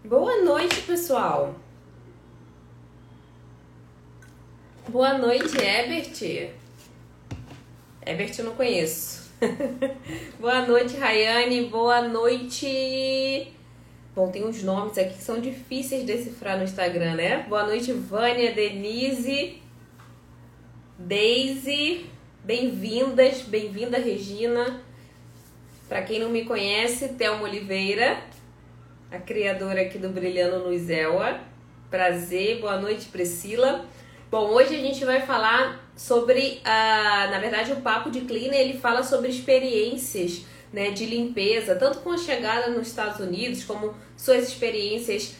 Boa noite, pessoal. Boa noite, Ebert. Ebert eu não conheço. Boa noite, Rayane. Boa noite. Bom, tem uns nomes aqui que são difíceis de decifrar no Instagram, né? Boa noite, Vânia, Denise, Daisy. Bem-vindas. Bem-vinda, Regina. Para quem não me conhece, Thelma Oliveira, a criadora aqui do Brilhando no Zelwa. Prazer. Boa noite, Priscila. Bom, hoje a gente vai falar sobre, na verdade, o Papo de Cleaner, ele fala sobre experiências, né, de limpeza, tanto com a chegada nos Estados Unidos, como suas experiências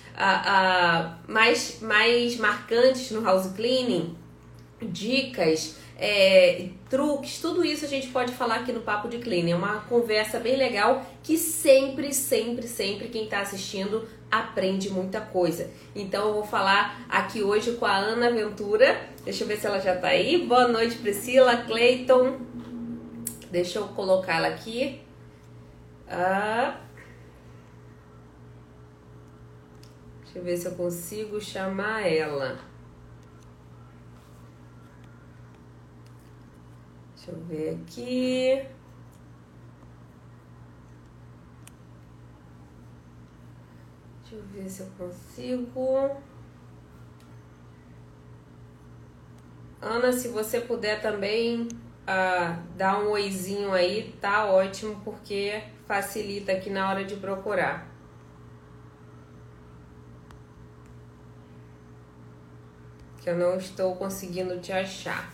mais marcantes no house cleaning, dicas, truques, tudo isso a gente pode falar aqui no Papo de Cleaner. É uma conversa bem legal que sempre quem está assistindo aprende muita coisa. Então eu vou falar aqui hoje com a Ana Ventura. Deixa eu ver se ela já tá aí. Boa noite, Priscila, Cleiton. Deixa eu colocar ela aqui. Deixa eu ver se eu consigo chamar ela. Deixa eu ver aqui. Deixa eu ver se eu consigo. Ana, se você puder também dar um oizinho aí, tá ótimo, porque facilita aqui na hora de procurar. Que eu não estou conseguindo te achar.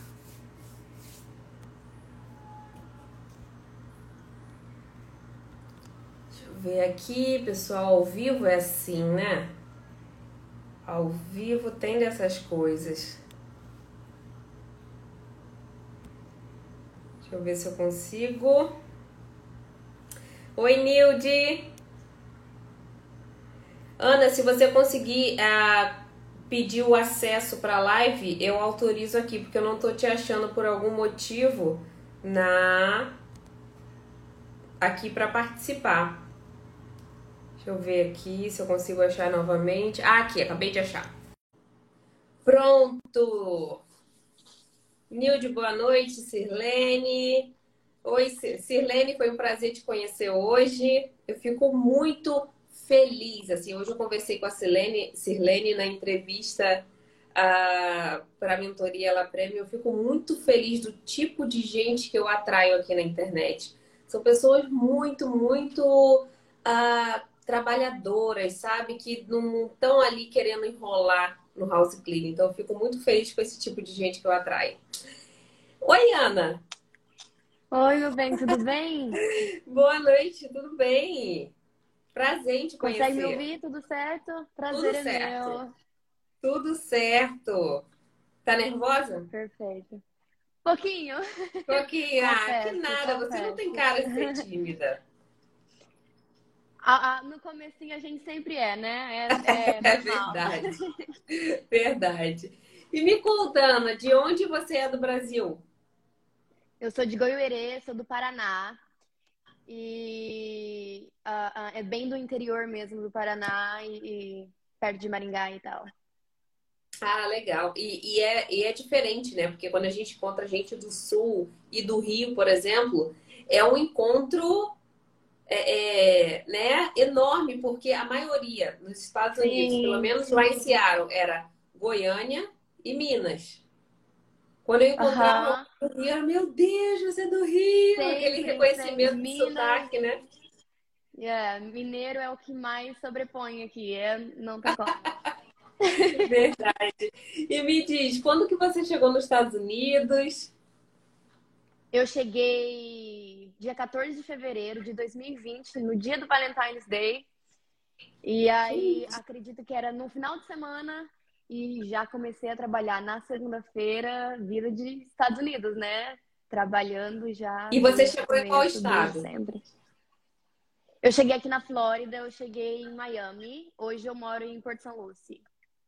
Deixa eu ver aqui, pessoal, ao vivo é assim, né? Ao vivo tem dessas coisas. Deixa eu ver se eu consigo. Oi, Nilde. Ana, se você conseguir pedir o acesso para a live, eu autorizo aqui, porque eu não tô te achando por algum motivo aqui para participar. Deixa eu ver aqui se eu consigo achar novamente. Aqui, acabei de achar. Pronto! Nilde, boa noite. Sirlene. Oi, Sirlene, foi um prazer te conhecer hoje. Eu fico muito feliz. Assim, hoje eu conversei com a Sirlene na entrevista para a mentoria Ela Prêmio. Eu fico muito feliz do tipo de gente que eu atraio aqui na internet. São pessoas muito trabalhadoras, sabe? Que não estão ali querendo enrolar no house cleaning. Então, eu fico muito feliz com esse tipo de gente que eu atraio. Oi, Ana. Oi, meu bem, tudo bem? Boa noite, tudo bem? Prazer em te Consegue me conhecer. ouvir? Tudo certo? Prazer Tudo é certo, meu. tudo certo. Tá nervosa? Perfeito. Pouquinho, Pouquinho. Que confesso, nada, você não tem confesso. cara de ser tímida. No comecinho a gente sempre é, né? É É normal. verdade, verdade. E me conta, Ana, de onde você é do Brasil? Eu sou de Goiuerê, sou do Paraná. E é bem do interior mesmo do Paraná e perto de Maringá e tal. Ah, legal. E é diferente, né? Porque quando a gente encontra gente do Sul e do Rio, por exemplo, é um encontro né, enorme, porque a maioria nos Estados Unidos, pelo Sim, menos lá em Seattle, era Goiânia e Minas. Quando eu encontrava aham. um do Rio, era, meu Deus, você é do Rio! Aquele Sempre, sempre. reconhecimento de Minas. sotaque, né? Mineiro é o que mais sobrepõe aqui, não tem como. Verdade. E me diz, quando que você chegou nos Estados Unidos? Eu cheguei dia 14 de fevereiro de 2020, no dia do Valentine's Day, e aí acredito que era no final de semana e já comecei a trabalhar na segunda-feira, vida de Estados Unidos, né? Trabalhando já E você desde o chegou em qual começo, desde estado? sempre. Eu cheguei aqui na Flórida, eu cheguei em Miami, hoje eu moro em Porto São Lucie.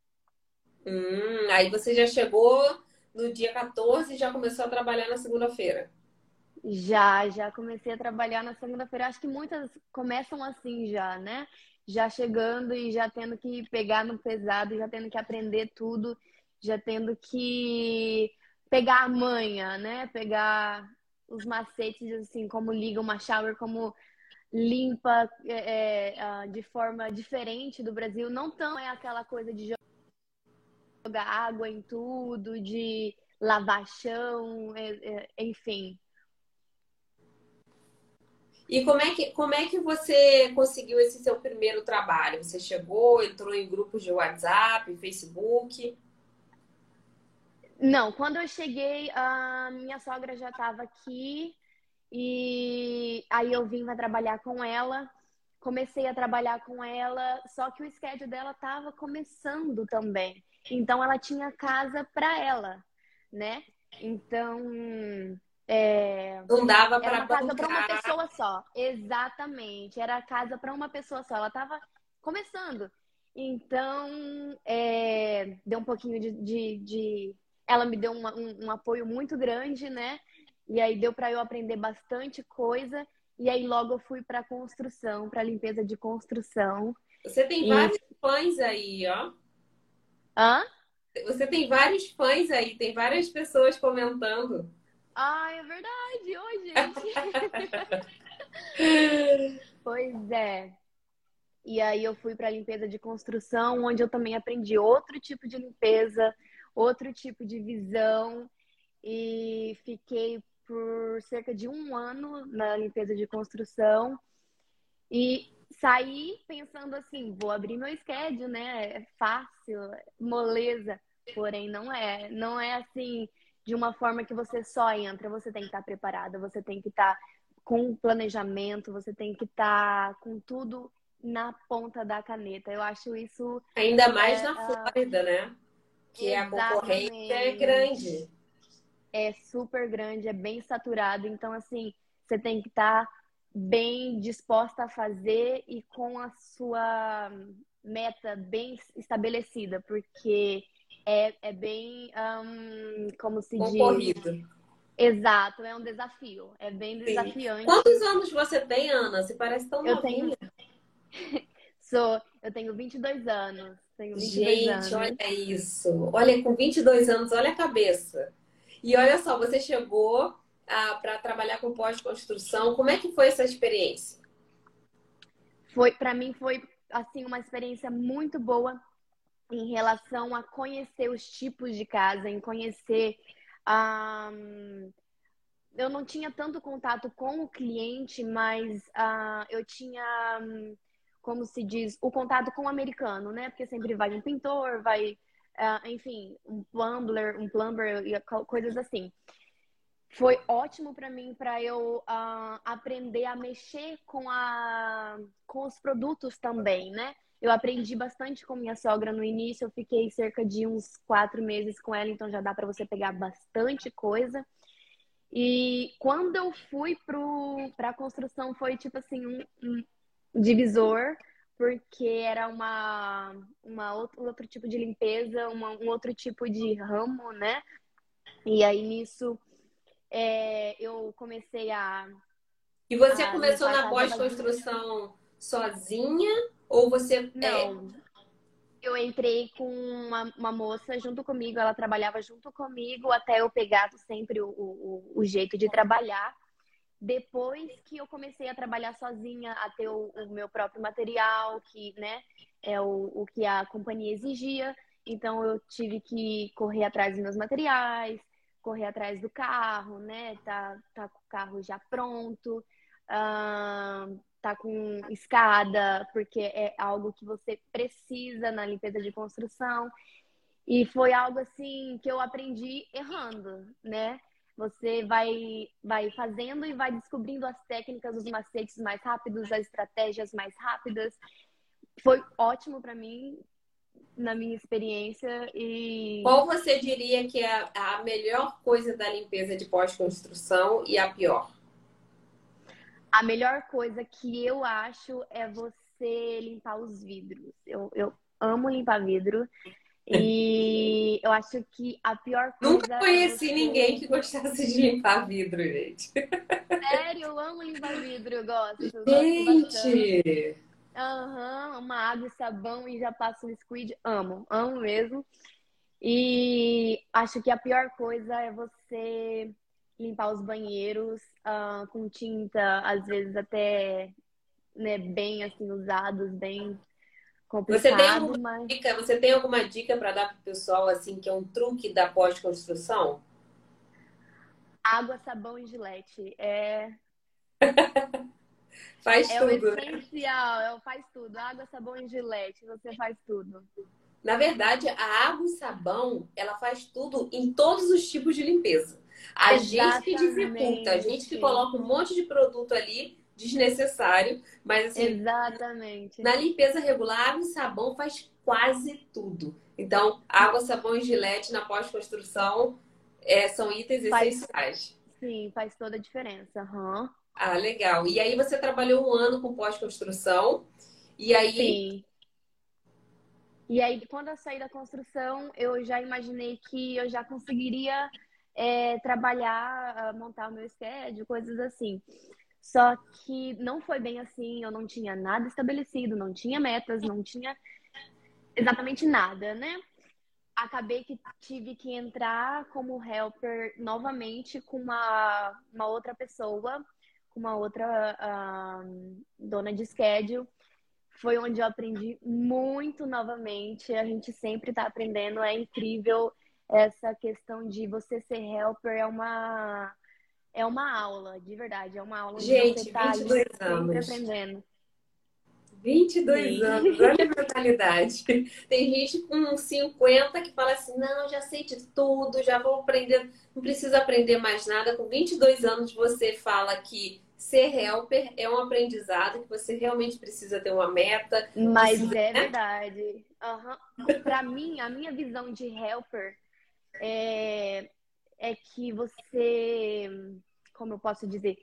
Aí você já chegou no dia 14 e já começou a trabalhar na segunda-feira. Já comecei a trabalhar na segunda-feira. Acho que muitas começam assim já, né? já chegando e já tendo que pegar no pesado, já tendo que aprender tudo, já tendo que pegar a manha, né? Pegar os macetes, assim, como liga uma shower, como limpa de forma diferente do Brasil. Não tão é aquela coisa de jogar água em tudo, de lavar chão, enfim. E como é que você conseguiu esse seu primeiro trabalho? Você chegou, entrou em grupos de WhatsApp, Facebook? Não, quando eu cheguei, a minha sogra já estava aqui e aí eu vim para trabalhar com ela. Comecei a trabalhar com ela, só que o schedule dela estava começando também. Então ela tinha casa para ela, né? Então, Não dava era para uma casa para uma bancar. pessoa só. Exatamente. Era a casa para uma pessoa só. Ela estava começando. Então, deu um pouquinho Ela me deu um apoio muito grande, né? E aí deu para eu aprender bastante coisa. E aí logo eu fui para construção, para limpeza de construção. Você tem E. vários fãs aí, ó. Hã? Você tem vários fãs aí, tem várias pessoas comentando. Ah, é verdade. Oi, gente. Pois é. E aí eu fui para limpeza de construção, onde eu também aprendi outro tipo de limpeza, outro tipo de visão e fiquei por cerca de 1 ano na limpeza de construção e saí pensando assim, vou abrir meu schedule, né? É fácil, moleza, porém não é assim de uma forma que você só entra, você tem que estar preparada, você tem que estar com planejamento, você tem que estar com tudo na ponta da caneta. Eu acho isso Ainda mais é, na Flórida, né? Que a concorrência é grande. exatamente. É super grande, é bem saturado. Então, assim, você tem que estar bem disposta a fazer e com a sua meta bem estabelecida, porque é bem, como se diz? Concorrido. Exato, é um desafio. É bem Sim. Quantos desafiante. anos você tem, Ana? Você parece tão Eu tenho, novinha. eu tenho 22 anos. Tenho 22 Gente, olha anos. isso. Olha, com 22 anos, olha a cabeça. E olha só, você chegou para trabalhar com pós-construção. Como é que foi essa experiência? Para mim foi assim uma experiência muito boa em relação a conhecer os tipos de casa, em conhecer. Eu não tinha tanto contato com o cliente, mas eu tinha, como se diz, o contato com o americano, né? Porque sempre vai um pintor, vai, enfim, um plumber e coisas assim. Foi ótimo para mim, para eu aprender a mexer com os produtos também, né? Eu aprendi bastante com minha sogra no início. Eu fiquei cerca de uns 4 meses com ela, então já dá para você pegar bastante coisa. E quando eu fui para a construção, foi tipo assim, um divisor, porque era outro tipo de limpeza, um outro tipo de ramo, né? E aí nisso eu comecei E você a começou limpar a na casa vazia. pós-construção sozinha ou você Não, eu entrei com uma moça junto comigo, ela trabalhava junto comigo até eu pegar sempre o jeito de trabalhar. Depois que eu comecei a trabalhar sozinha, a ter o meu próprio material, que, né, é o que a companhia exigia. Então eu tive que correr atrás dos meus materiais, correr atrás do carro, né? Tá com o carro já pronto, tá com escada, porque é algo que você precisa na limpeza de construção. E foi algo assim que eu aprendi errando, né? Você vai fazendo e vai descobrindo as técnicas, os macetes mais rápidos, as estratégias mais rápidas. Foi ótimo para mim, na minha experiência. E qual você diria que é a melhor coisa da limpeza de pós-construção e a pior? a melhor coisa que eu acho é você limpar os vidros. Eu amo limpar vidro. E eu acho que a pior Nunca coisa é conheci ninguém você. que gostasse de limpar vidro, gente. Sério, eu amo limpar vidro, eu gosto bastante. Gente! Aham, uma água e sabão e já passo o squid. Amo, amo mesmo. E acho que a pior coisa é você limpar os banheiros com tinta, às vezes até, né, bem assim usados, bem Você tem complicado, alguma mas você tem alguma dica para dar para o pessoal, assim, que é um truque da pós-construção? água, sabão e gilete Faz é o tudo, né? essencial, faz tudo. Água, sabão e gilete, você faz tudo. Na verdade, a água e sabão, ela faz tudo em todos os tipos de limpeza. A gente que dificulta, a gente que Exatamente, coloca um monte de produto ali desnecessário, mas assim, exatamente. na limpeza regular, água e sabão faz quase tudo. Então, água, sabão e gilete na pós-construção são itens Faz, essenciais. sim, faz toda a diferença. Aham. Ah, legal. E aí você trabalhou um ano com pós-construção, e aí Sim. E aí, quando eu saí da construção, eu já imaginei que eu já conseguiria trabalhar, montar o meu schedule, coisas assim. Só que não foi bem assim, eu não tinha nada estabelecido, não tinha metas, não tinha exatamente nada, né? Acabei que tive que entrar como helper novamente com uma outra pessoa, com uma outra dona de schedule. Foi onde eu aprendi muito novamente. A gente sempre está aprendendo, é incrível essa questão de você ser helper, é uma aula, de verdade, é uma aula onde você gente, está vinte e ali dois sempre anos. aprendendo. 22 Sim, anos, olha a mentalidade. Tem gente com 50 que fala assim: não, já sei de tudo, já vou aprender, não precisa aprender mais nada. Com 22 anos, você fala que ser helper é um aprendizado, que você realmente precisa ter uma meta, mas precisa, é né? verdade. Uhum. Para mim, a minha visão de helper é, é que você, como eu posso dizer,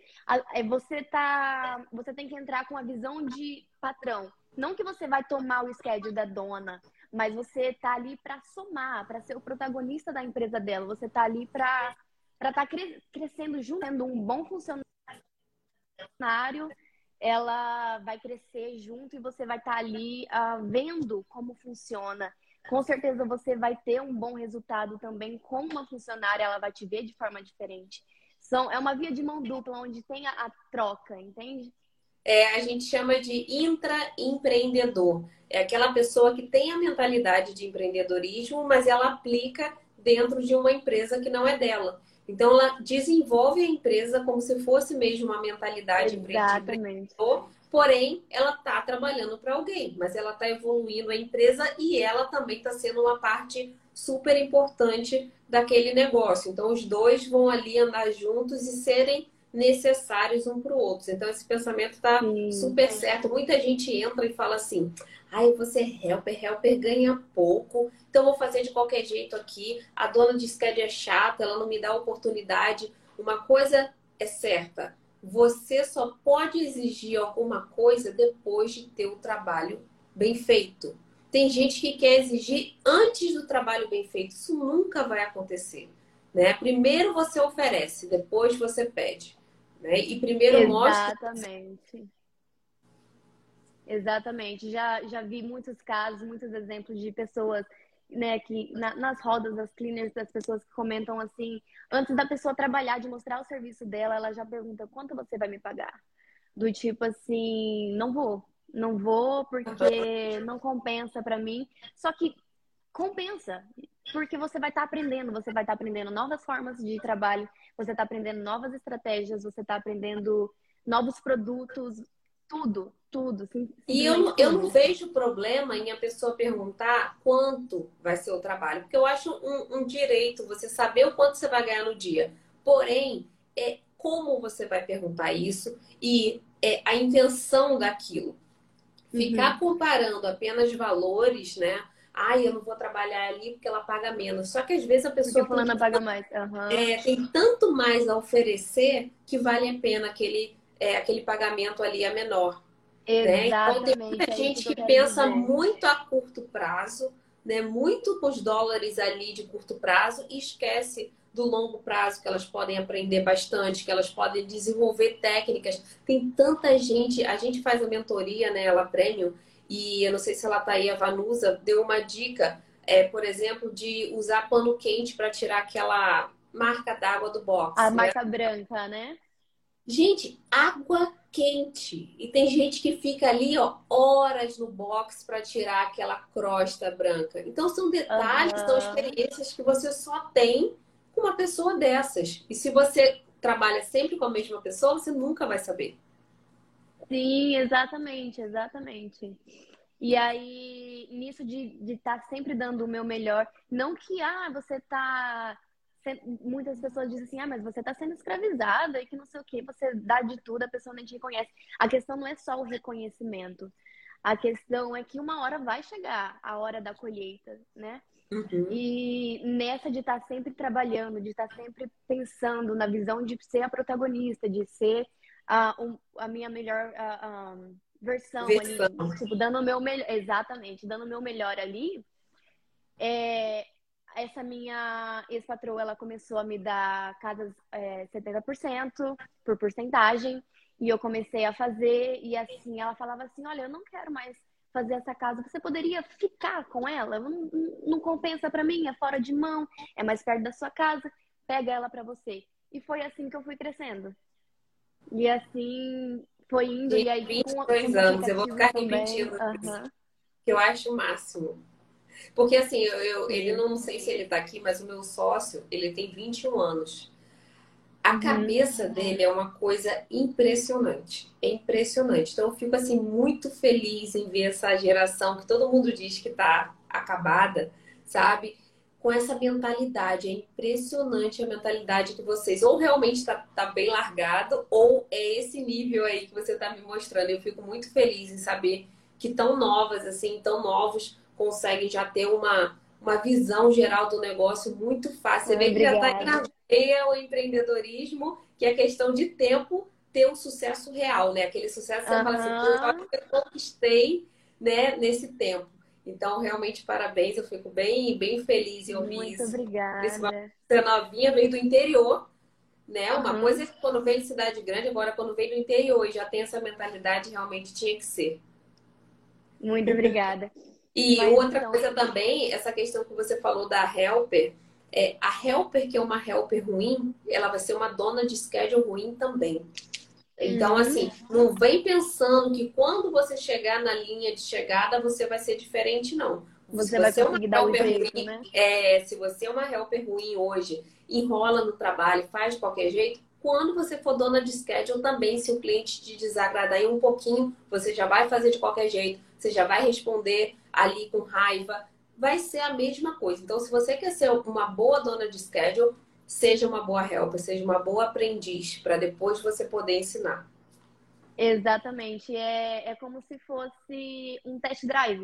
você tem que entrar com a visão de patrão. Não que você vai tomar o schedule da dona, mas você tá ali para somar, para ser o protagonista da empresa dela. Você tá ali para estar crescendo junto, sendo um bom funcionário. Ela vai crescer junto e você vai estar ali vendo como funciona. Com certeza você vai ter um bom resultado também com uma funcionária, ela vai te ver de forma diferente. É uma via de mão dupla, onde tem a troca, entende? A gente chama de intraempreendedor. É aquela pessoa que tem a mentalidade de empreendedorismo, mas ela aplica dentro de uma empresa que não é dela. Então, ela desenvolve a empresa como se fosse mesmo uma mentalidade Exatamente. empreendedor, porém, ela está trabalhando para alguém, mas ela está evoluindo a empresa e ela também está sendo uma parte super importante daquele negócio. Então, os dois vão ali andar juntos e serem necessários um para o outro. Então, esse pensamento está Sim, super certo. Muita gente entra e fala assim: ai, você é helper, helper ganha pouco, então vou fazer de qualquer jeito aqui. A dona diz que é chata, ela não me dá oportunidade. Uma coisa é certa: você só pode exigir alguma coisa depois de ter o trabalho bem feito. Tem gente que quer exigir antes do trabalho bem feito. Isso nunca vai acontecer. Né? Primeiro você oferece, depois você pede. Né? E primeiro mostra. exatamente. Exatamente. Já vi muitos casos, muitos exemplos de pessoas, né, que nas rodas das cleaners, das pessoas que comentam assim, antes da pessoa trabalhar, de mostrar o serviço dela, ela já pergunta: quanto você vai me pagar? Do tipo assim, não vou porque não compensa pra mim. Só que compensa, porque você vai estar aprendendo novas formas de trabalho, você está aprendendo novas estratégias, você está aprendendo novos produtos, tudo, tudo, E simplesmente eu não tudo. vejo problema em a pessoa perguntar quanto vai ser o trabalho, porque eu acho um direito você saber o quanto você vai ganhar no dia. Porém, é como você vai perguntar isso e a intenção daquilo. Ficar Uhum. comparando apenas valores, né? Ai, eu não vou trabalhar ali porque ela paga menos. Só que às vezes a Porque pessoa fulana paga mais. Aham. tem tanto mais a oferecer que vale a pena aquele pagamento ali a menor. Né? Então, tem Exatamente, muita é isso gente que eu que quero pensa dizer. muito a curto prazo, né? Muito com os dólares ali de curto prazo e esquece do longo prazo, que elas podem aprender bastante, que elas podem desenvolver técnicas. Tem tanta gente, a gente faz a mentoria, né, ela Premium, e eu não sei se ela tá aí, a Vanusa deu uma dica, por exemplo, de usar pano quente para tirar aquela marca d'água do A box, né? marca branca, né? Gente, água quente. E tem gente que fica ali, ó, horas no box para tirar aquela crosta branca. Então são detalhes, são Aham. experiências que você só tem com uma pessoa dessas. E se você trabalha sempre com a mesma pessoa, você nunca vai saber. Sim, exatamente, exatamente. E aí, nisso de estar sempre dando o meu melhor, não que, você tá. Muitas pessoas dizem assim, mas você tá sendo escravizada e que não sei o quê, você dá de tudo, a pessoa nem te reconhece. A questão não é só o reconhecimento. A questão é que uma hora vai chegar a hora da colheita, né? Uhum. E nessa de estar sempre trabalhando, de estar sempre pensando na visão de ser a protagonista, de ser a minha melhor versão ali, Versão. tipo, dando o meu melhor, exatamente, dando o meu melhor ali, é, essa minha ex-patroa, ela começou a me dar casas 70% por porcentagem, e eu comecei a fazer, e assim, ela falava assim, olha, eu não quero mais fazer essa casa, você poderia ficar com ela? Não compensa pra mim, é fora de mão, é mais perto da sua casa, pega ela pra você. E foi assim que eu fui crescendo. E assim foi indo, e Gente, aí com 22 os anos, eu vou aplicativos ficar também. repetindo isso, Aham. que eu acho o máximo. Porque assim, ele Sim. não sei se ele tá aqui, mas o meu sócio, ele tem 21 anos. A Uhum. cabeça dele é uma coisa impressionante. É impressionante. Então eu fico assim muito feliz em ver essa geração que todo mundo diz que está acabada, sabe? Com essa mentalidade. É impressionante a mentalidade que vocês ou realmente tá bem largado ou é esse nível aí que você está me mostrando. Eu fico muito feliz em saber que tão novas assim, tão novos conseguem já ter uma visão geral do negócio muito fácil. Você Ai, vê que já está obrigada. o empreendedorismo, que é questão de tempo ter um sucesso real, né? Aquele sucesso que você fala assim, Aham. eu conquistei, né, nesse tempo. Então, realmente, parabéns, eu fico bem feliz em ouvir Muito isso. Principalmente obrigada. você novinha, veio do interior, né? Uma Aham. coisa é que quando veio de cidade grande, agora quando veio do interior e já tem essa mentalidade, realmente tinha que ser. Muito obrigada. E Mas outra então, coisa também, essa questão que você falou da helper, a helper que é uma helper ruim, ela vai ser uma dona de schedule ruim também. Então, uhum, assim, não vem pensando que quando você chegar na linha de chegada, você vai ser diferente, não. Se você vai você é uma conseguir dar o helper jeito, ruim, né? se você é uma helper ruim hoje, enrola no trabalho, faz de qualquer jeito, quando você for dona de schedule também, se o cliente te desagradar aí um pouquinho, você já vai fazer de qualquer jeito, você já vai responder ali com raiva, vai ser a mesma coisa. Então, se você quer ser uma boa dona de schedule, seja uma boa helper, seja uma boa aprendiz, para depois você poder ensinar. Exatamente. É como se fosse um test drive.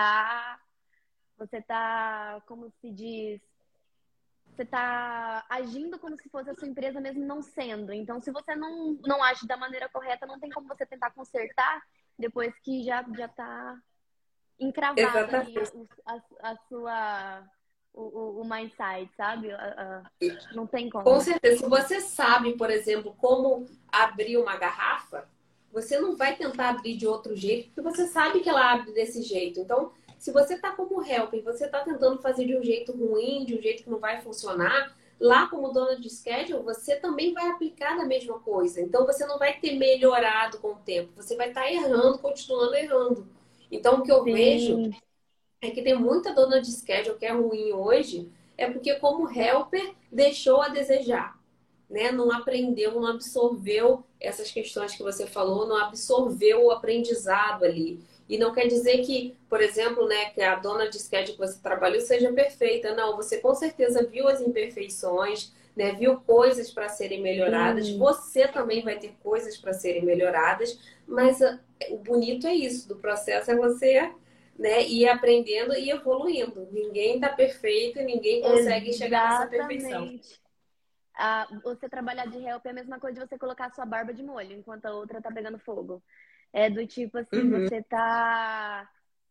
Você tá, como se diz, você tá agindo como se fosse a sua empresa mesmo não sendo. Então, se você não age da maneira correta, não tem como você tentar consertar depois que já tá encravado ali Exatamente. a sua o mindset, sabe? Não tem Com como. certeza. Se você sabe, por exemplo, como abrir uma garrafa, você não vai tentar abrir de outro jeito, porque você sabe que ela abre desse jeito. Então, se você está como helper, você está tentando fazer de um jeito ruim, de um jeito que não vai funcionar, lá como dona de schedule, você também vai aplicar da mesma coisa. Então, você não vai ter melhorado com o tempo. Você vai estar errando, continuando errando. Então, o que eu vejo Sim, é que tem muita dona de schedule que é ruim hoje, é porque como helper deixou a desejar, né? Não aprendeu, não absorveu essas questões que você falou, não absorveu o aprendizado ali. E não quer dizer que, por exemplo, né, que a dona de schedule que você trabalhou seja perfeita. Não, você com certeza viu as imperfeições, né? Viu coisas para serem melhoradas. sim, Você também vai ter coisas para serem melhoradas, mas o bonito é isso, do processo é você, né, ir aprendendo e evoluindo. Ninguém está perfeito e ninguém consegue chegar nessa perfeição. exatamente. Você trabalhar de help é a mesma coisa de você colocar a sua barba de molho enquanto a outra tá pegando fogo. É do tipo assim, Uhum. você tá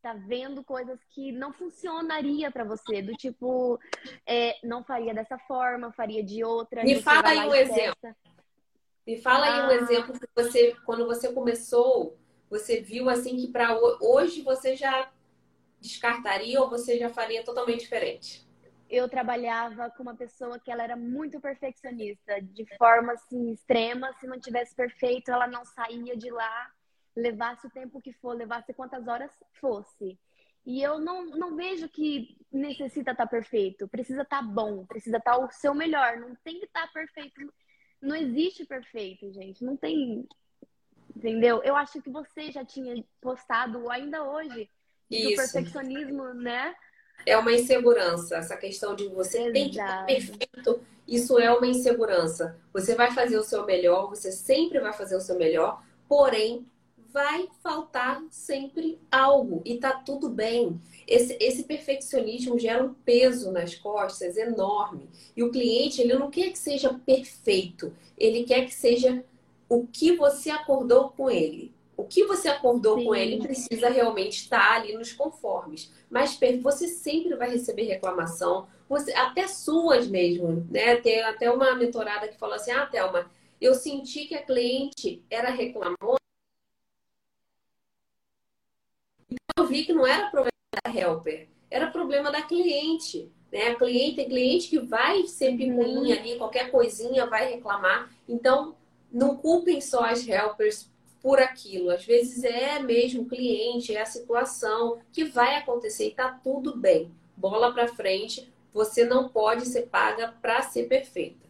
tá vendo coisas que não funcionaria para você, do tipo, não faria dessa forma, faria de outra, e Me você fala vai aí lá um e exemplo. testa. Me fala aí um Ah, exemplo que você, quando você começou, você viu assim que para hoje você já descartaria ou você já faria totalmente diferente? eu trabalhava com uma pessoa que ela era muito perfeccionista, de forma assim extrema, se não tivesse perfeito, ela não saía de lá, levasse o tempo que for, levasse quantas horas fosse. E eu não vejo que necessita estar perfeito, precisa estar bom, precisa estar o seu melhor, não tem que estar perfeito. Não existe perfeito, gente, não tem, entendeu? Eu acho que você já tinha postado ainda hoje de que o Isso. perfeccionismo, né? É uma insegurança. Essa questão de você tem que estar Exato. perfeito, isso é uma insegurança. Você vai fazer o seu melhor, você sempre vai fazer o seu melhor, porém vai faltar sempre algo e tá tudo bem. Esse perfeccionismo gera um peso nas costas enorme. E o cliente, ele não quer que seja perfeito, ele quer que seja o que você acordou com ele. O que você acordou com ele Sim. precisa realmente estar ali nos conformes. Mas você sempre vai receber reclamação, você, até suas mesmo, né? Tem até uma mentorada que falou assim: ah, Thelma, eu senti que a cliente era reclamona, eu vi que não era problema da helper, era problema da cliente. Né? A cliente, tem cliente que vai ser Uhum. picuinha ali, qualquer coisinha vai reclamar. Então, não culpem só as helpers por aquilo. Às vezes é mesmo o cliente, é a situação que vai acontecer e tá tudo bem. Bola para frente, você não pode ser paga para ser perfeita.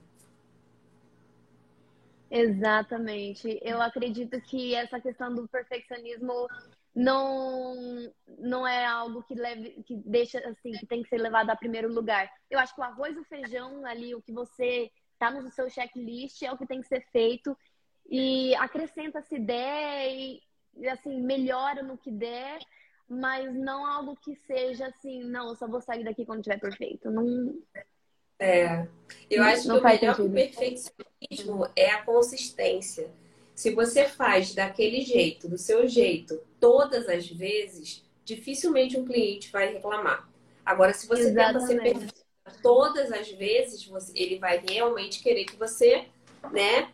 Exatamente. Eu acredito que essa questão do perfeccionismo não é algo que leve, que deixa assim, que tem que ser levado a primeiro lugar. Eu acho que o arroz e o feijão ali, o que você tá no seu checklist é o que tem que ser feito e acrescenta se der e assim, melhora no que der, mas não algo que seja assim, não, eu só vou sair daqui quando tiver perfeito. É, eu acho que Não o faz melhor que o sentido. perfeccionismo é a consistência. Se você faz daquele jeito, do seu jeito, todas as vezes, dificilmente um cliente vai reclamar. Agora, se você tenta ser perfeito Exatamente. todas as vezes, ele vai realmente querer que você, né,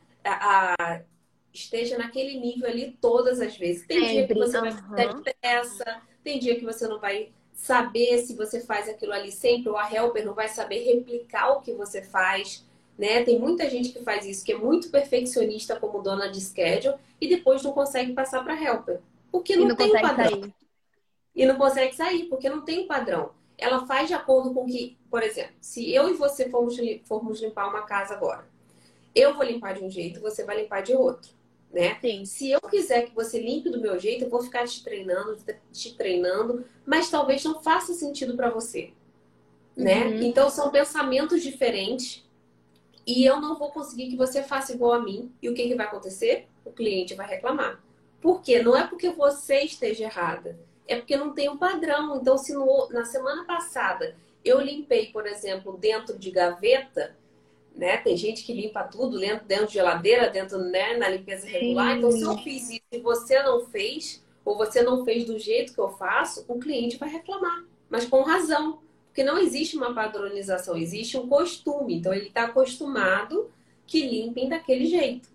esteja naquele nível ali todas as vezes. Tem dia que Sempre. você vai precisar Aham. de pressa, tem dia que você não vai saber se você faz aquilo ali sempre, ou a helper não vai saber replicar o que você faz, né? Tem muita gente que faz isso, que é muito perfeccionista como dona de schedule e depois não consegue passar para helper, porque E não não tem o consegue padrão. sair. E não consegue sair, porque não tem o padrão. Ela faz de acordo com que, por exemplo, se eu e você formos limpar uma casa agora, eu vou limpar de um jeito, você vai limpar de outro, né? Sim. Se eu quiser que você limpe do meu jeito, eu vou ficar te treinando, mas talvez não faça sentido para você, né? Uhum. Então são pensamentos diferentes e eu não vou conseguir que você faça igual a mim. E o que que vai acontecer? O cliente vai reclamar. Por quê? Não é porque você esteja errada, é porque não tem um padrão. Então, se na semana passada eu limpei, por exemplo, dentro de gaveta, né? Tem gente que limpa tudo dentro de geladeira, dentro, né, na limpeza regular. Então, se eu Sim. fiz isso e você não fez, ou você não fez do jeito que eu faço, o cliente vai reclamar, mas com razão. Porque não existe uma padronização, existe um costume. Então, ele está acostumado que limpem daquele jeito.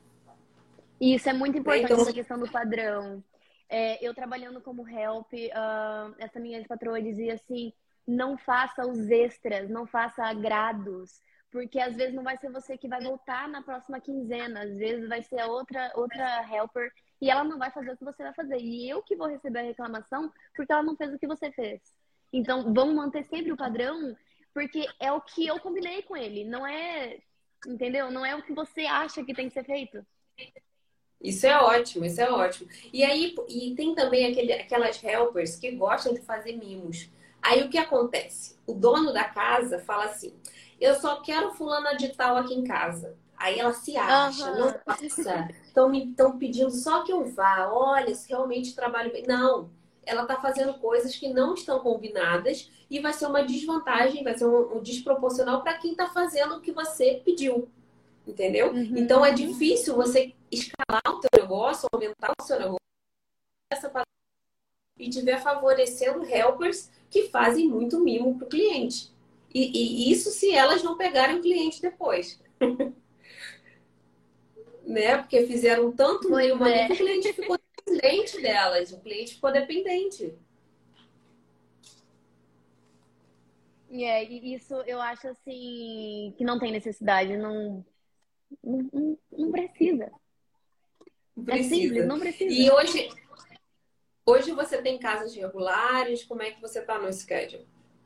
E isso é muito Né? importante, Então, essa questão do padrão. Eu trabalhando como help, essa minha ex-patroa dizia assim, não faça os extras, não faça agrados, porque às vezes não vai ser você que vai voltar na próxima quinzena, às vezes vai ser a outra helper e ela não vai fazer o que você vai fazer. E eu que vou receber a reclamação porque ela não fez o que você fez. Então, vamos manter sempre o padrão, porque é o que eu combinei com ele, não é, entendeu? Não é o que você acha que tem que ser feito. isso é ótimo, isso é ótimo. E aí, e tem também aquelas helpers que gostam de fazer mimos. Aí o que acontece? O dono da casa fala assim: eu só quero fulana de tal aqui em casa. Aí ela se acha, Aham. nossa, estão pedindo só que eu vá. Olha, se realmente trabalho bem. Não, ela está fazendo coisas que não estão combinadas e vai ser uma desvantagem, vai ser um desproporcional para quem está fazendo o que você pediu. Entendeu? Então é Uhum. difícil você escalar o teu negócio, aumentar o seu negócio e estiver favorecendo helpers que fazem muito mimo para o cliente. E isso se elas não pegarem o cliente depois. Né? Porque fizeram tanto Pois mimo ali é. que o cliente ficou dependente delas. O cliente ficou dependente. E isso eu acho assim que não tem necessidade, não precisa. É simples, Precisa. não E precisa. hoje você tem casas regulares? Como é que você está no schedule?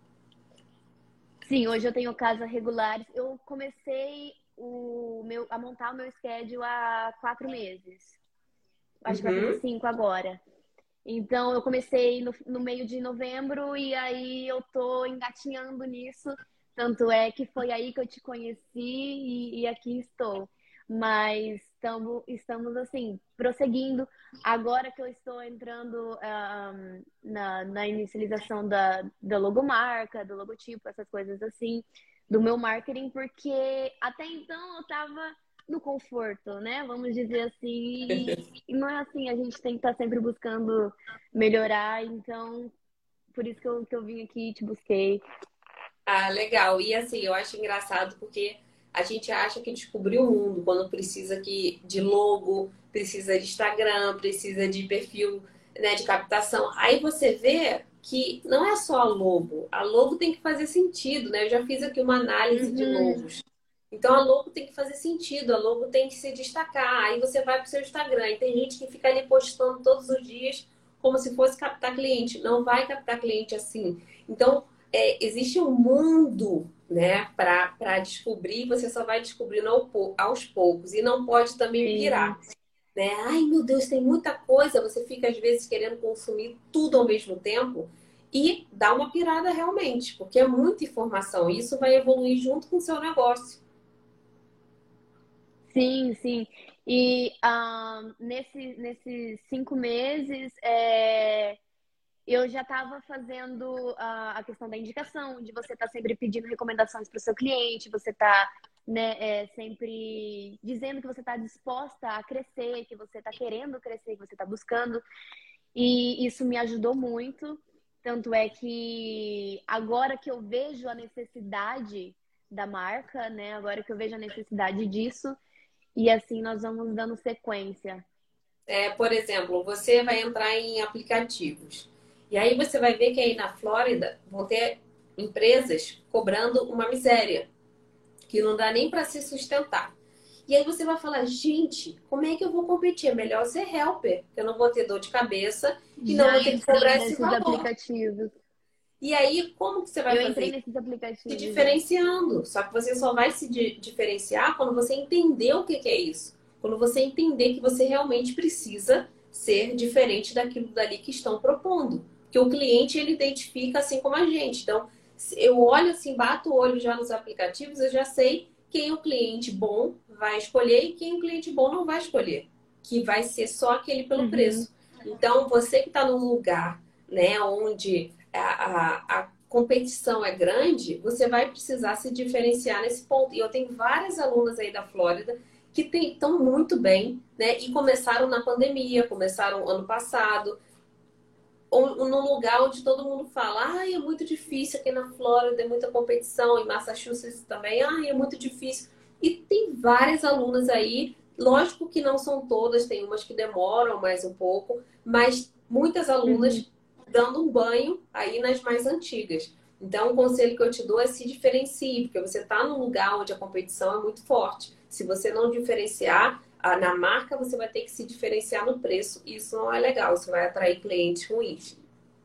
Sim, hoje eu tenho casas regulares. Eu comecei a montar o meu schedule há 4 meses. Acho que vai fazer Uhum. 5 agora. Então, eu comecei no meio de novembro e aí eu tô engatinhando nisso. Tanto é que foi aí que eu te conheci e aqui estou. Mas estamos assim, prosseguindo. Agora que eu estou entrando na inicialização da logomarca, do logotipo, essas coisas assim, do meu marketing, porque até então eu estava no conforto, né? Vamos dizer assim. E não é assim, a gente tem que estar sempre buscando melhorar, então por isso que eu vim aqui e te busquei. Ah, legal. E assim, eu acho engraçado porque a gente acha que descobriu o mundo quando precisa de logo, precisa de Instagram, precisa de perfil, né, de captação. Aí você vê que não é só a logo tem que fazer sentido, né? Eu já fiz aqui uma análise de Uhum, logos. Então a logo tem que fazer sentido, a logo tem que se destacar. Aí você vai para o seu Instagram e tem gente que fica ali postando todos os dias como se fosse captar cliente. Não vai captar cliente assim. Então, existe um mundo, né, para descobrir, você só vai descobrindo aos poucos e não pode também sim. pirar, né? Ai, meu Deus, tem muita coisa, você fica às vezes querendo consumir tudo ao mesmo tempo e dá uma pirada realmente, porque é muita informação, e isso vai evoluir junto com o seu negócio. Sim, sim. E nesses 5 meses, eu já estava fazendo a questão da indicação, de você estar sempre pedindo recomendações para o seu cliente, você tá, né, sempre dizendo que você está disposta a crescer, que você está querendo crescer, que você está buscando. E isso me ajudou muito. Tanto é que agora que eu vejo a necessidade da marca, né? Agora que eu vejo a necessidade disso, e assim nós vamos dando sequência. Por exemplo, você vai entrar em aplicativos. E aí você vai ver que aí na Flórida vão ter empresas cobrando uma miséria, que não dá nem para se sustentar. E aí você vai falar, gente, como é que eu vou competir? É melhor ser helper, que eu não vou ter dor de cabeça e não Já vou ter que cobrar entrei esse nesses valor. aplicativos. E aí, como que você vai Eu entrei fazer? nesses Se aplicativos já. diferenciando. Só que você só vai se diferenciar quando você entender o que é isso. Quando você entender que você realmente precisa ser diferente daquilo dali que estão propondo. Porque o cliente, ele identifica assim como a gente. Então, eu olho assim, bato o olho já nos aplicativos, eu já sei quem o cliente bom vai escolher e quem o cliente bom não vai escolher. Que vai ser só aquele pelo Uhum. preço. Então, você que está num lugar, né, onde a competição é grande, você vai precisar se diferenciar nesse ponto. E eu tenho várias alunas aí da Flórida que estão muito bem, né? E começaram na pandemia, começaram ano passado, ou num lugar onde todo mundo fala, ai, é muito difícil aqui na Flórida, é muita competição, em Massachusetts também, ai, é muito difícil. E tem várias alunas aí, lógico que não são todas, tem umas que demoram mais um pouco, mas muitas Uhum. alunas dando um banho aí nas mais antigas. Então, o conselho que eu te dou é se diferencie, porque você está num lugar onde a competição é muito forte. Se você não diferenciar, na marca, você vai ter que se diferenciar no preço. E isso não é legal, isso vai atrair clientes ruins.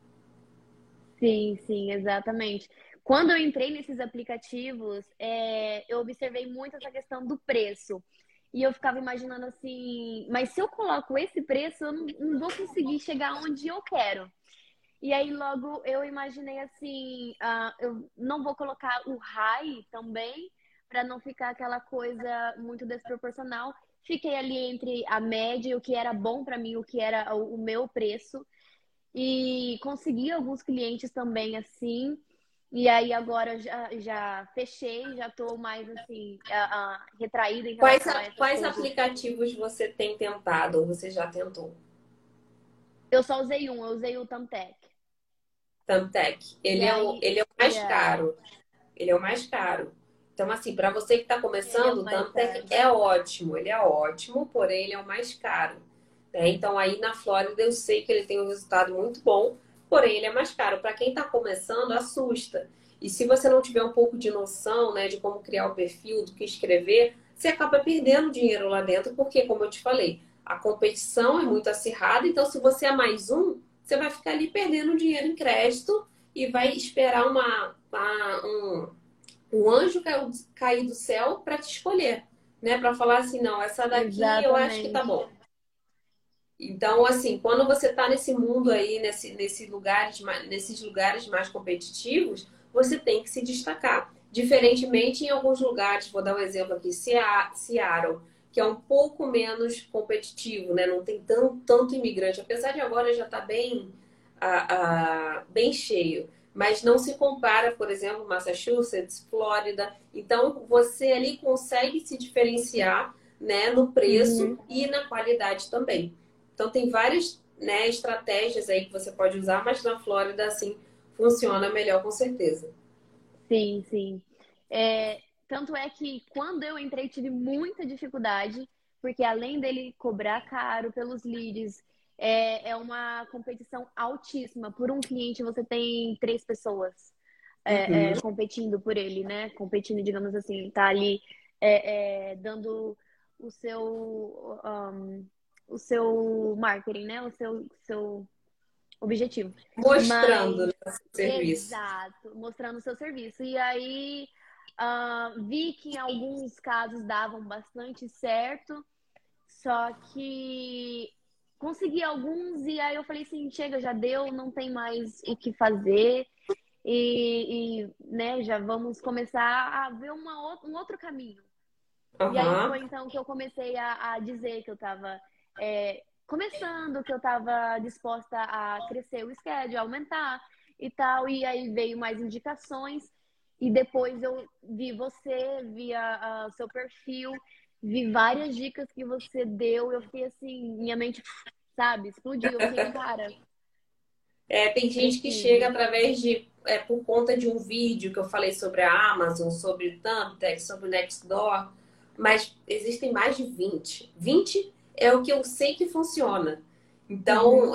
Sim, sim, exatamente. Quando eu entrei nesses aplicativos, eu observei muito essa questão do preço. E eu ficava imaginando assim, mas se eu coloco esse preço, eu não vou conseguir chegar onde eu quero. E aí logo eu imaginei assim, eu não vou colocar o high também, para não ficar aquela coisa muito desproporcional. Fiquei ali entre a média, o que era bom para mim, o que era o meu preço. E consegui alguns clientes também assim. E aí agora já fechei, já estou mais assim, retraída em Quais, relação a essas quais coisas. aplicativos você tem tentado ou você já tentou? Eu só usei um, eu usei o Thumbtack. Thumbtack. E aí, Ele é o mais caro. Ele é o mais caro. Então, assim, para você que está ele é começando, o o mais Thumbtack caro. é ótimo. Ele é ótimo, porém ele é o mais caro. Né? Então, aí na Flórida eu sei que ele tem um resultado muito bom, porém ele é mais caro. Para quem está começando, assusta. E se você não tiver um pouco de noção, né, de como criar o perfil, do que escrever, você acaba perdendo dinheiro lá dentro, porque, como eu te falei, a competição é muito acirrada. Então, se você é mais um, você vai ficar ali perdendo dinheiro em crédito e vai esperar um anjo cair do céu para te escolher, né? Para falar assim, não, essa daqui eu acho que tá Exatamente. bom. Então, assim, quando você está nesse mundo aí, nesses lugares mais competitivos, você tem que se destacar. Diferentemente em alguns lugares, vou dar um exemplo aqui, Seattle, que é um pouco menos competitivo, né? Não tem tanto imigrante, apesar de agora já estar bem cheio. Mas não se compara, por exemplo, Massachusetts, Flórida. Então, você ali consegue se diferenciar, né, no preço Uhum. e na qualidade também. Então tem várias, né, estratégias aí que você pode usar, mas na Flórida, assim, funciona melhor com certeza. Sim, sim. Tanto é que quando eu entrei, tive muita dificuldade, porque além dele cobrar caro pelos leads, é uma competição altíssima. Por um cliente, você tem 3 pessoas Uhum. competindo por ele, né? Competindo, digamos assim, tá ali dando o o seu marketing, né? O seu objetivo. Mostrando, Mas, né, o seu serviço. exato, mostrando o seu serviço. E aí, vi que em alguns casos davam bastante certo, só que consegui alguns e aí eu falei assim, chega, já deu, não tem mais o que fazer né, já vamos começar a ver um outro caminho. E aí Aham. foi então que eu comecei a dizer que eu estava começando, que eu estava disposta a crescer o schedule, aumentar e tal. E aí veio mais indicações. E depois eu vi você, vi o seu perfil, vi várias dicas que você deu. Eu fiquei assim, minha mente, sabe, explodiu. Eu fiquei, cara, Tem gente que chega preciso. através por conta de um vídeo que eu falei sobre a Amazon, sobre o Thumbtack, sobre o Nextdoor, mas existem mais de 20. 20 é o que eu sei que funciona. Então, Uhum,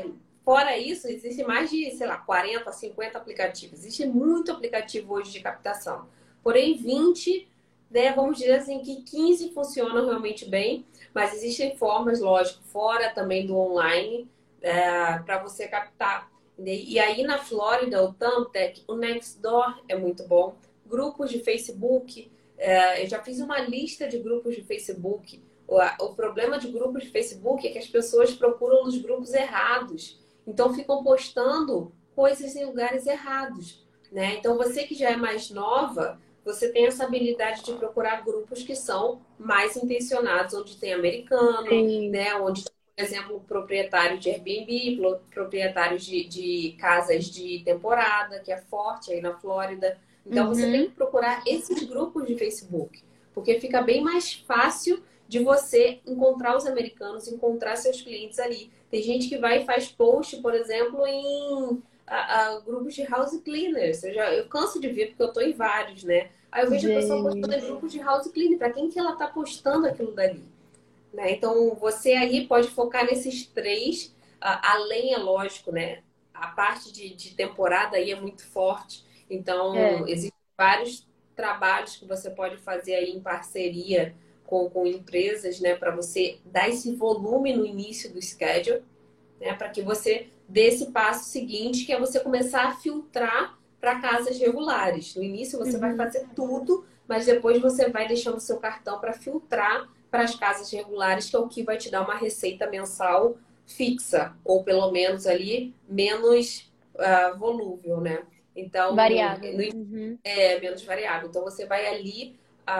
fora isso, existem mais de, sei lá, 40, 50 aplicativos. Existe muito aplicativo hoje de captação. Porém, 20, né, vamos dizer assim, que 15 funcionam realmente bem, mas existem formas, lógico, fora também do online, para você captar. E aí na Flórida, o Thumbtack, o Nextdoor é muito bom. Grupos de Facebook, eu já fiz uma lista de grupos de Facebook. O problema de grupos de Facebook é que as pessoas procuram nos grupos errados. Então ficam postando coisas em lugares errados, né? Então você que já é mais nova, você tem essa habilidade de procurar grupos que são mais intencionados, onde tem americano, sim. né? Onde por exemplo, proprietário de Airbnb, proprietários de casas de temporada, que é forte aí na Flórida. Então, você tem Uhum. que procurar esses grupos de Facebook, porque fica bem mais fácil de você encontrar os americanos, encontrar seus clientes ali. Tem gente que vai e faz post, por exemplo, em grupos de house cleaners. Eu canso de ver, porque eu estou em vários, né? Aí eu vejo a pessoa postando em Gente. grupos de house cleaner. Para quem que ela está postando aquilo dali? Né? Então, você aí pode focar nesses três, além, é lógico, né? A parte de temporada aí é muito forte. Então, É. existem vários trabalhos que você pode fazer aí em parceria com empresas, né? Para você dar esse volume no início do schedule, né? Para que você dê esse passo seguinte, que é você começar a filtrar para casas regulares. No início você vai Uhum. fazer tudo, mas depois você vai deixando o seu cartão para filtrar para as casas regulares, que é o que vai te dar uma receita mensal fixa, ou pelo menos ali menos volúvel, né? Então, Variável. Uhum. menos variável. Então você vai ali,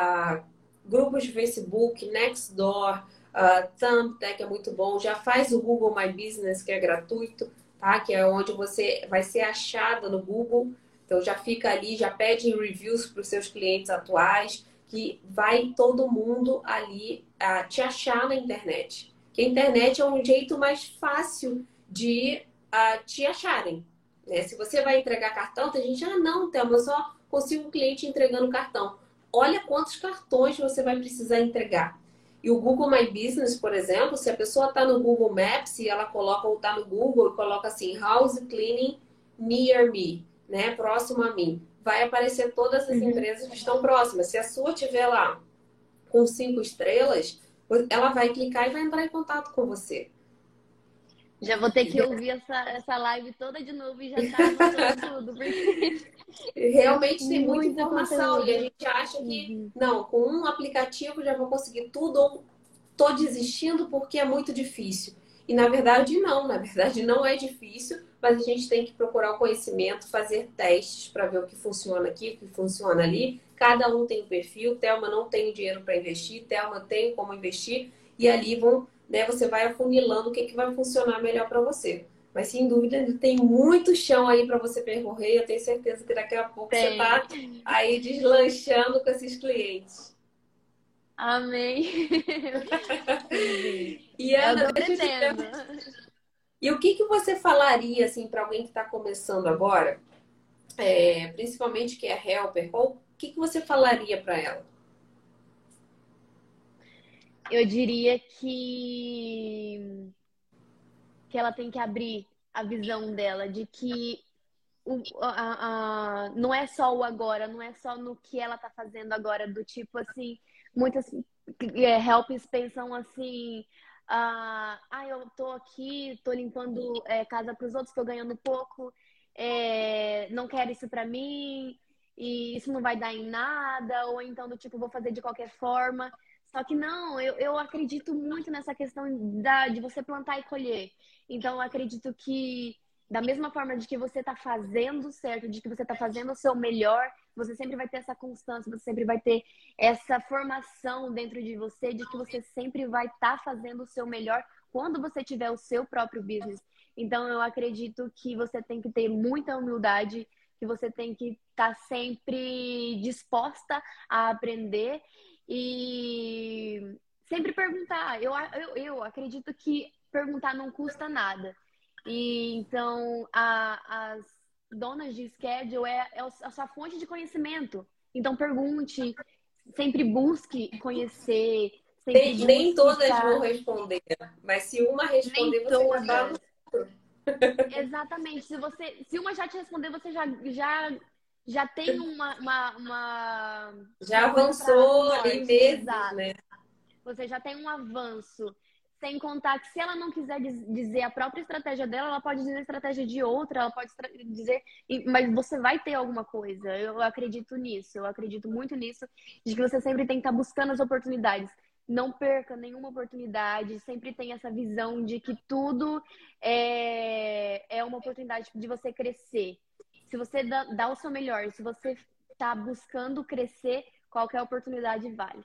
grupos de Facebook, Nextdoor, Thumbtack é muito bom. Já faz o Google My Business, que é gratuito, tá? Que é onde você vai ser achada no Google. Então já fica ali, já pede reviews para os seus clientes atuais, que vai todo mundo ali te achar na internet. Que a internet é um jeito mais fácil de te acharem. Né? Se você vai entregar cartão, tem gente, não, Thelma, eu só consigo um cliente entregando cartão. Olha quantos cartões você vai precisar entregar. E o Google My Business, por exemplo, se a pessoa está no Google Maps e ela coloca ou está no Google e coloca assim, house cleaning near me, né, próximo a mim, vai aparecer todas as empresas que estão próximas. Se a sua estiver lá com 5 estrelas, ela vai clicar e vai entrar em contato com você. Já vou ter que ouvir essa live toda de novo e já tá anotando tudo, porque realmente tem muita muito informação conteúdo. e a gente acha que, não, com um aplicativo já vou conseguir tudo ou tô desistindo porque é muito difícil. E na verdade não é difícil, mas a gente tem que procurar o conhecimento, fazer testes para ver o que funciona aqui, o que funciona ali. Cada um tem um perfil, Thelma não tem dinheiro para investir, Thelma tem como investir, e ali você vai afunilando o que vai funcionar melhor para você. Mas sem dúvida tem muito chão aí para você percorrer. Eu tenho certeza que daqui a pouco você está aí deslanchando com esses clientes. Amém. E É o Ana, que eu deixa eu te pretendo. perguntar. E o que você falaria assim para alguém que está começando agora, principalmente que é helper, o que você falaria para ela? Eu diria que ela tem que abrir a visão dela de que não é só o agora, não é só no que ela tá fazendo agora, do tipo assim, muitas helpers pensam assim, eu tô aqui, tô limpando casa para os outros, tô ganhando pouco, não quero isso para mim, e isso não vai dar em nada, ou então do tipo, vou fazer de qualquer forma. Só que não, eu acredito muito nessa questão de você plantar e colher. Então, eu acredito que da mesma forma de que você está fazendo certo, de que você está fazendo o seu melhor, você sempre vai ter essa constância, você sempre vai ter essa formação dentro de você, de que você sempre vai estar fazendo o seu melhor quando você tiver o seu próprio business. Então, eu acredito que você tem que ter muita humildade, que você tem que estar sempre disposta a aprender e sempre perguntar. Eu acredito que perguntar não custa nada. E então as donas de schedule a sua fonte de conhecimento. Então pergunte, sempre busque conhecer, sempre Nem busque todas vão estar. responder, mas se uma responder, Nem você já está todas. Exatamente. Se uma já te responder, você já tem já uma coisa para um avançou ali norte. meses, Exato. né? Você já tem um avanço. Sem contar que se ela não quiser dizer a própria estratégia dela, ela pode dizer a estratégia de outra, ela pode dizer. Mas você vai ter alguma coisa. Eu acredito nisso. Eu acredito muito nisso, de que você sempre tem que estar buscando as oportunidades. Não perca nenhuma oportunidade. Sempre tem essa visão de que tudo é uma oportunidade de você crescer. Se você dá o seu melhor, se você está buscando crescer, qualquer oportunidade vale.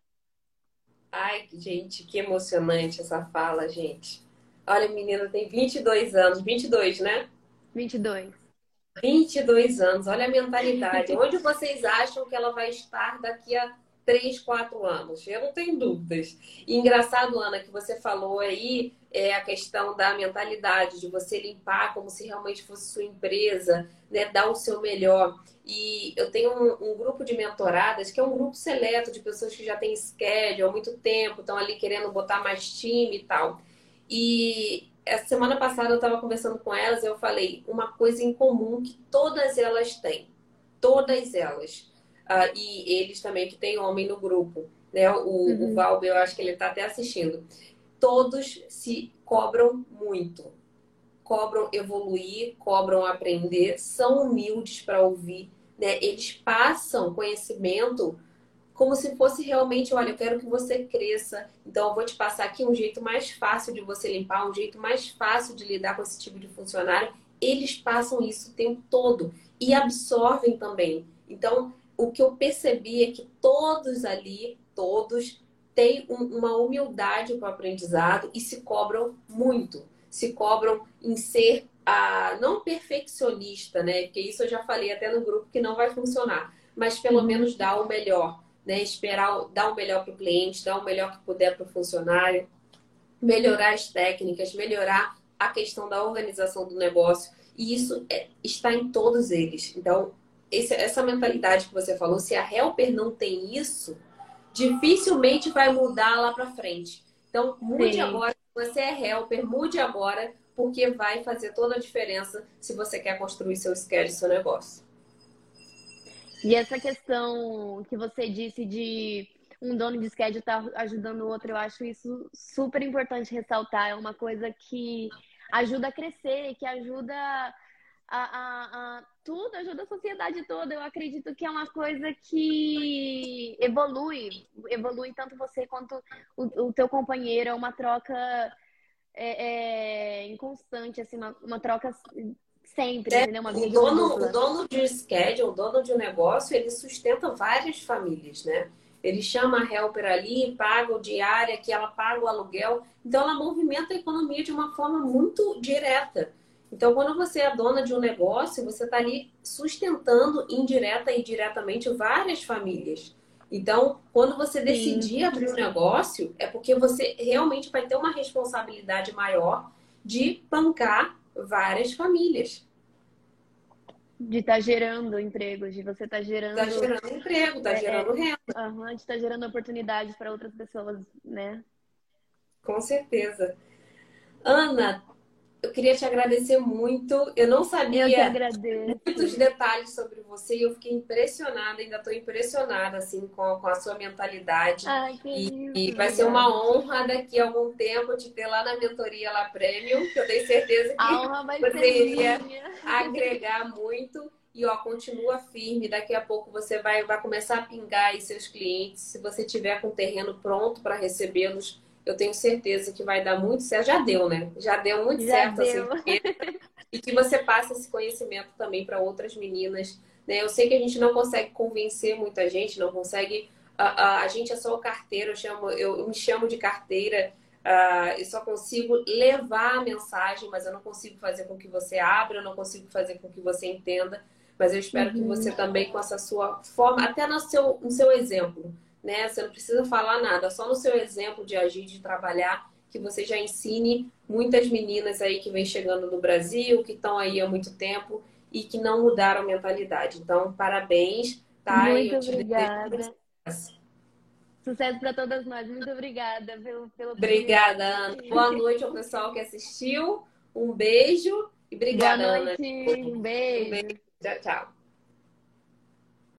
Ai, gente, que emocionante essa fala, gente. Olha, a menina tem 22 anos, 22, né? 22. 22 anos, olha a mentalidade. Onde vocês acham que ela vai estar daqui a 3, 4 anos? Eu não tenho dúvidas. E engraçado, Ana, que você falou aí a questão da mentalidade, de você limpar como se realmente fosse sua empresa, né? Dar o seu melhor. E eu tenho um grupo de mentoradas, que é um grupo seleto de pessoas que já têm schedule há muito tempo, estão ali querendo botar mais time e tal. E essa semana passada eu estava conversando com elas e eu falei uma coisa em comum que todas elas têm. Todas elas. E eles também, que tem homem no grupo. Né? O Uhum. Valber, eu acho que ele está até assistindo. Todos se cobram muito. Cobram evoluir, cobram aprender, são humildes para ouvir. Né? Eles passam conhecimento como se fosse realmente, olha, eu quero que você cresça, então eu vou te passar aqui um jeito mais fácil de você limpar, um jeito mais fácil de lidar com esse tipo de funcionário. Eles passam isso o tempo todo e absorvem também. Então, o que eu percebi é que todos ali, todos, têm uma humildade para o aprendizado e se cobram muito. Se cobram em ser não perfeccionista, né? Porque isso eu já falei até no grupo que não vai funcionar, mas pelo menos dar o melhor, né? Esperar dar o melhor para o cliente, dar o melhor que puder para o funcionário, melhorar as técnicas, melhorar a questão da organização do negócio. E isso está em todos eles. Então, essa mentalidade que você falou, se a helper não tem isso, dificilmente vai mudar lá para frente. Então, mude Sim. agora. Se você é helper, mude agora, porque vai fazer toda a diferença se você quer construir seu schedule, seu negócio. E essa questão que você disse de um dono de schedule estar ajudando o outro, eu acho isso super importante ressaltar. É uma coisa que ajuda a crescer, que ajuda tudo, ajuda a sociedade toda. Eu acredito que é uma coisa que evolui tanto você quanto o teu companheiro. É uma troca inconstante, assim, uma troca sempre, entendeu? Uma via de mão O dupla. dono de schedule, o dono de um negócio, ele sustenta várias famílias, né? Ele chama a helper ali, paga o diária, que ela paga o aluguel. Então, ela movimenta a economia de uma forma muito direta. Então, quando você é dona de um negócio, você está ali sustentando indireta e diretamente várias famílias. Então, quando você Sim. decidir abrir um negócio, é porque você realmente vai ter uma responsabilidade maior de bancar várias famílias. De estar gerando empregos, de você estar Está gerando, gerando emprego, está gerando renda. de estar gerando oportunidades para outras pessoas, né? Com certeza. Ana, eu queria te agradecer muito. Eu não Eu que sabia muitos agradeço. detalhes sobre você e eu fiquei impressionada, ainda estou impressionada assim com a sua mentalidade. Ai, que E isso, vai ser uma obrigada. honra daqui a algum tempo te ter lá na mentoria lá Premium, que eu tenho certeza A que honra vai ser você iria minha. agregar muito. E ó, continua firme, daqui a pouco você vai começar a pingar aí seus clientes. Se você tiver com o terreno pronto para recebê-los, eu tenho certeza que vai dar muito certo. Já deu, né? Já deu muito Já certo assim. deu. E que você passe esse conhecimento também para outras meninas, né? Eu sei que a gente não consegue convencer muita gente, não consegue. A gente é só o carteiro, eu me chamo de carteira, eu só consigo levar a mensagem, mas eu não consigo fazer com que você abra, eu não consigo fazer com que você entenda. Mas eu espero que você Uhum. também, com essa sua forma, até no seu exemplo, né? Você não precisa falar nada, só no seu exemplo de agir, de trabalhar, que você já ensine muitas meninas aí que vêm chegando no Brasil, que estão aí há muito tempo e que não mudaram a mentalidade. Então, parabéns, tá? E Muito eu te desejo muito obrigada. sucesso. Sucesso para todas nós. Muito obrigada pela Obrigada, oportunidade. Ana. Boa noite ao pessoal que assistiu. Um beijo e Boa obrigada, Ana. noite. Um Um beijo. beijo. Tchau, tchau.